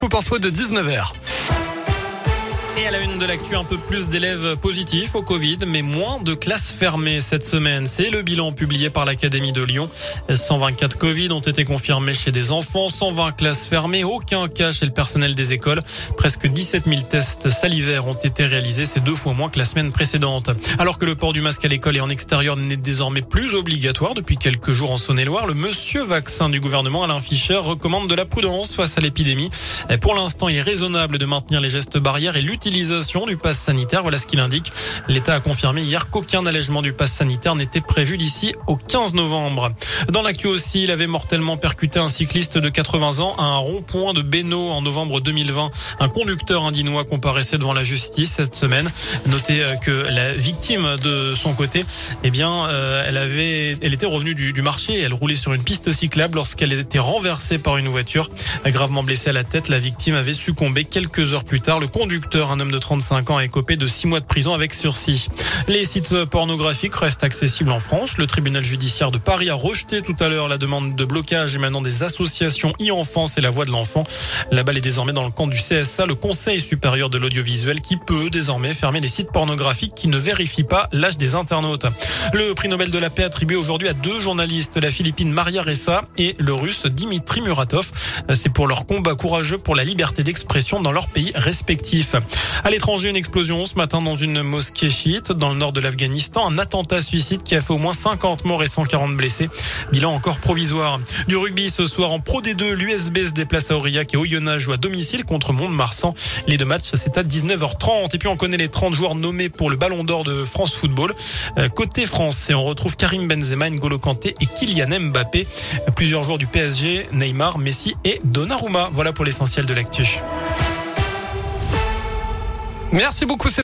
Coupe info de 19h. Et à la une de l'actu, un peu plus d'élèves positifs au Covid, mais moins de classes fermées cette semaine. C'est le bilan publié par l'Académie de Lyon. 124 Covid ont été confirmés chez des enfants, 120 classes fermées, aucun cas chez le personnel des écoles. Presque 17 000 tests salivaires ont été réalisés, c'est 2 fois moins que la semaine précédente. Alors que le port du masque à l'école et en extérieur n'est désormais plus obligatoire depuis quelques jours en Saône-et-Loire, le monsieur vaccin du gouvernement, Alain Fischer, recommande de la prudence face à l'épidémie. Pour l'instant, il est raisonnable de maintenir les gestes barrières et l'utilisation du pass sanitaire. Voilà ce qu'il indique. L'État a confirmé hier qu'aucun allègement du pass sanitaire n'était prévu d'ici au 15 novembre. Dans l'actu aussi, il avait mortellement percuté un cycliste de 80 ans à un rond-point de Bénaud en novembre 2020. Un conducteur indinois comparaissait devant la justice cette semaine. Notez que la victime de son côté, elle était revenue du marché et elle roulait sur une piste cyclable lorsqu'elle était renversée par une voiture. Gravement blessée à la tête, la victime avait succombé quelques heures plus tard. Le conducteur, un homme de 35 ans, a écopé de 6 mois de prison avec sursis. Les sites pornographiques restent accessibles en France. Le tribunal judiciaire de Paris a rejeté tout à l'heure la demande de blocage émanant des associations e-enfance et la voix de l'enfant. La balle est désormais dans le camp du CSA, le Conseil supérieur de l'audiovisuel, qui peut désormais fermer les sites pornographiques qui ne vérifient pas l'âge des internautes. Le prix Nobel de la paix attribué aujourd'hui à 2 journalistes, la Philippine Maria Ressa et le Russe Dimitri Muratov. C'est pour leur combat courageux pour la liberté d'expression dans leurs pays respectifs. À l'étranger, une explosion ce matin dans une mosquée chiite dans le nord de l'Afghanistan. Un attentat suicide qui a fait au moins 50 morts et 140 blessés. Bilan encore provisoire. Du rugby ce soir en Pro D2, l'USB se déplace à Aurillac et Oyonnax joue à domicile contre Mont-de-Marsan. Les 2 matchs, c'est à 19h30. Et puis on connaît les 30 joueurs nommés pour le Ballon d'Or de France Football. Côté français, on retrouve Karim Benzema, N'Golo Kanté et Kylian Mbappé. Plusieurs joueurs du PSG, Neymar, Messi et Donnarumma. Voilà pour l'essentiel de l'actu. Merci beaucoup.